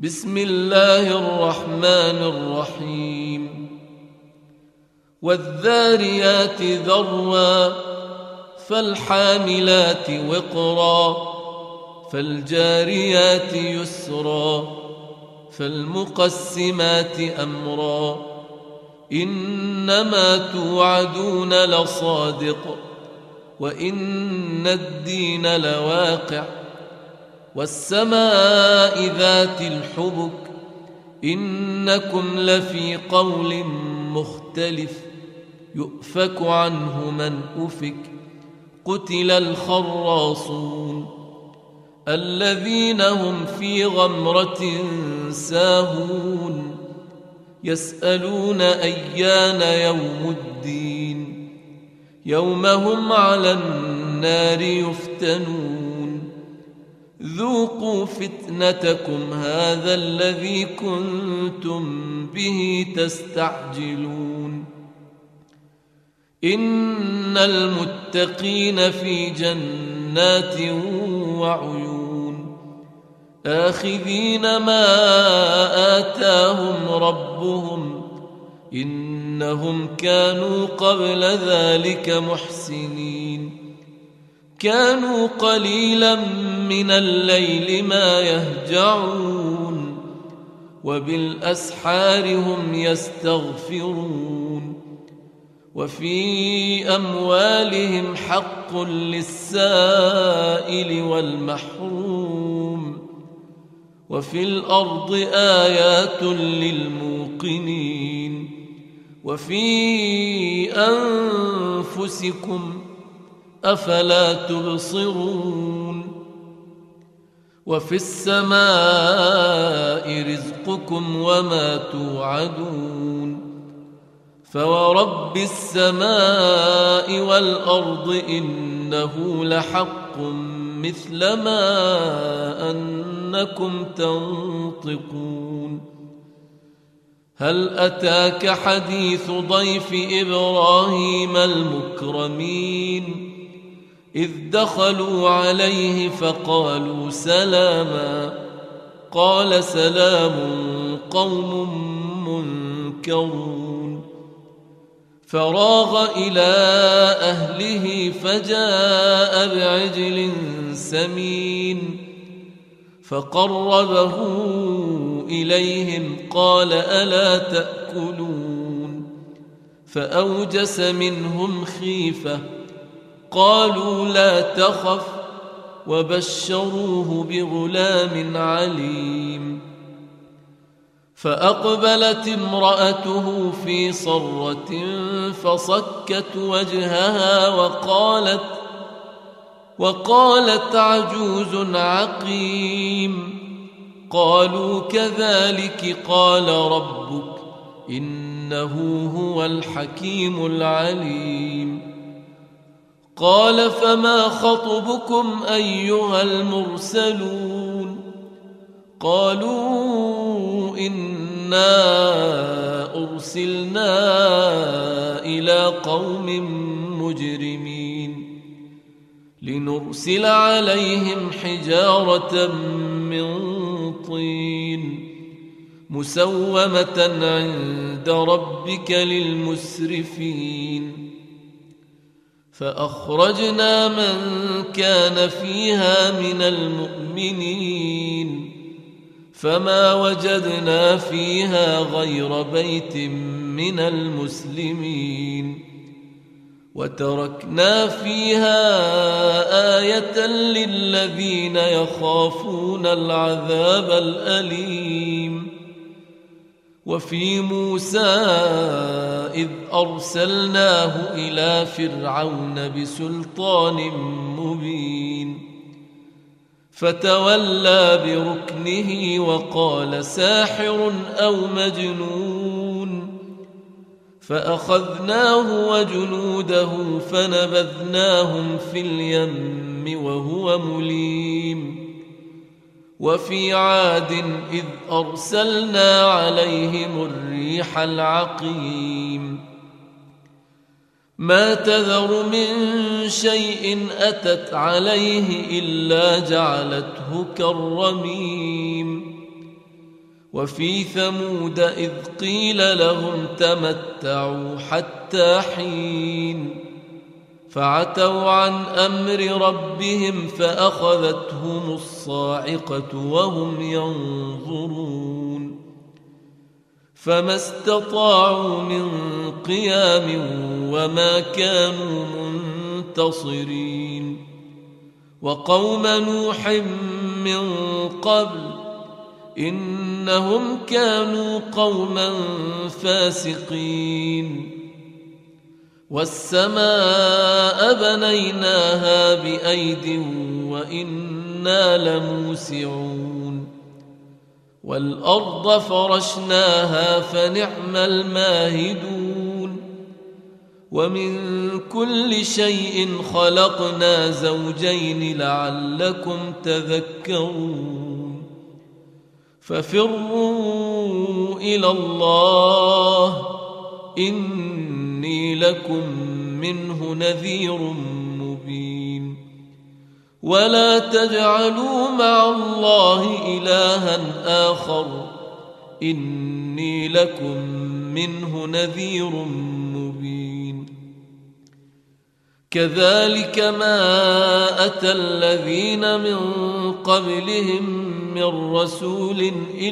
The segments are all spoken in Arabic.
بسم الله الرحمن الرحيم والذاريات ذروا فالحاملات وقرا فالجاريات يسرا فالمقسمات أمرا إنما توعدون لصادق وإن الدين لواقع والسماء ذات الحبك إنكم لفي قول مختلف يؤفك عنه من أفك قتل الخراصون الذين هم في غمرة ساهون يسألون أيان يوم الدين يوم هم على النار يفتنون ذوقوا فتنتكم هذا الذي كنتم به تستعجلون إن المتقين في جنات وعيون آخذين ما آتاهم ربهم إنهم كانوا قبل ذلك محسنين كانوا قليلا من الليل ما يهجعون وبالأسحار هم يستغفرون وفي أموالهم حق للسائل والمحروم وفي الأرض آيات للموقنين وفي أنفسكم أفلا تبصرون وفي السماء رزقكم وما توعدون فورب السماء والأرض إنه لحق مثل ما أنكم تنطقون هل أتاك حديث ضيف إبراهيم المكرمين إذ دخلوا عليه فقالوا سلاما قال سلام قوم منكرون فراغ إلى أهله فجاء بعجل سمين فقربه إليهم قال ألا تأكلون فأوجس منهم خيفة قالوا لا تخف وبشروه بغلام عليم فأقبلت امرأته في صرة فصكت وجهها وقالت عجوز عقيم قالوا كذلك قال ربك إنه هو الحكيم العليم قال فما خطبكم أيها المرسلون قالوا إنا أرسلنا إلى قوم مجرمين لنرسل عليهم حجارة من طين مسومة عند ربك للمسرفين فأخرجنا من كان فيها من المؤمنين فما وجدنا فيها غير بيت من المسلمين وتركنا فيها آية للذين يخافون العذاب الأليم وفي موسى إذ أرسلناه إلى فرعون بسلطان مبين فتولى بركنه وقال ساحر أو مجنون فأخذناه وجنوده فنبذناهم في اليم وهو مليم وفي عاد إذ أرسلنا عليهم الريح العقيم ما تذر من شيء أتت عليه إلا جعلته كالرميم وفي ثمود إذ قيل لهم تمتعوا حتى حين فعتوا عن أمر ربهم فأخذتهم الصاعقة وهم ينظرون فما استطاعوا من قيام وما كانوا منتصرين وقوم نوح من قبل إنهم كانوا قوما فاسقين والسماء بنيناها بأيد وإنا لموسعون والأرض فرشناها فنعم الماهدون ومن كل شيء خلقنا زوجين لعلكم تذكرون ففروا إلى الله إني لكم منه نذير مبين ولا تجعلوا مع الله إلها آخر إني لكم منه نذير مبين كذلك ما أتى الذين من قبلهم من رسول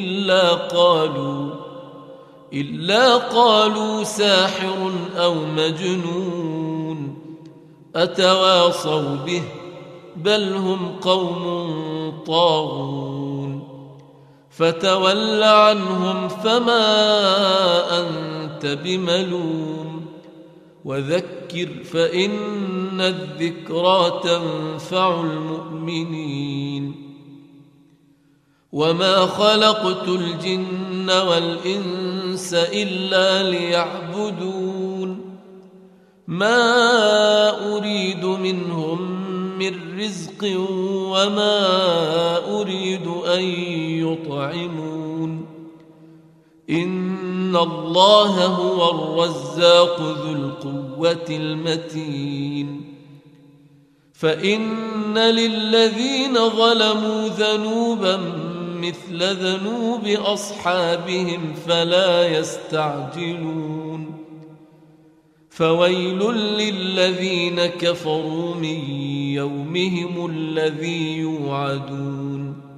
إلا قالوا ساحر أو مجنون أتواصوا به بل هم قوم طاغون فتول عنهم فما أنت بملوم وذكر فإن الذكرى تنفع المؤمنين وما خلقت الجن والإنس إلا ليعبدون ما أريد منهم من رزق وما أريد أن يطعمون إن الله هو الرزاق ذو القوة المتين فإن للذين ظلموا ذنوبا مثل ذنوب أصحابهم فلا يستعجلون فويل للذين كفروا من يومهم الذي يوعدون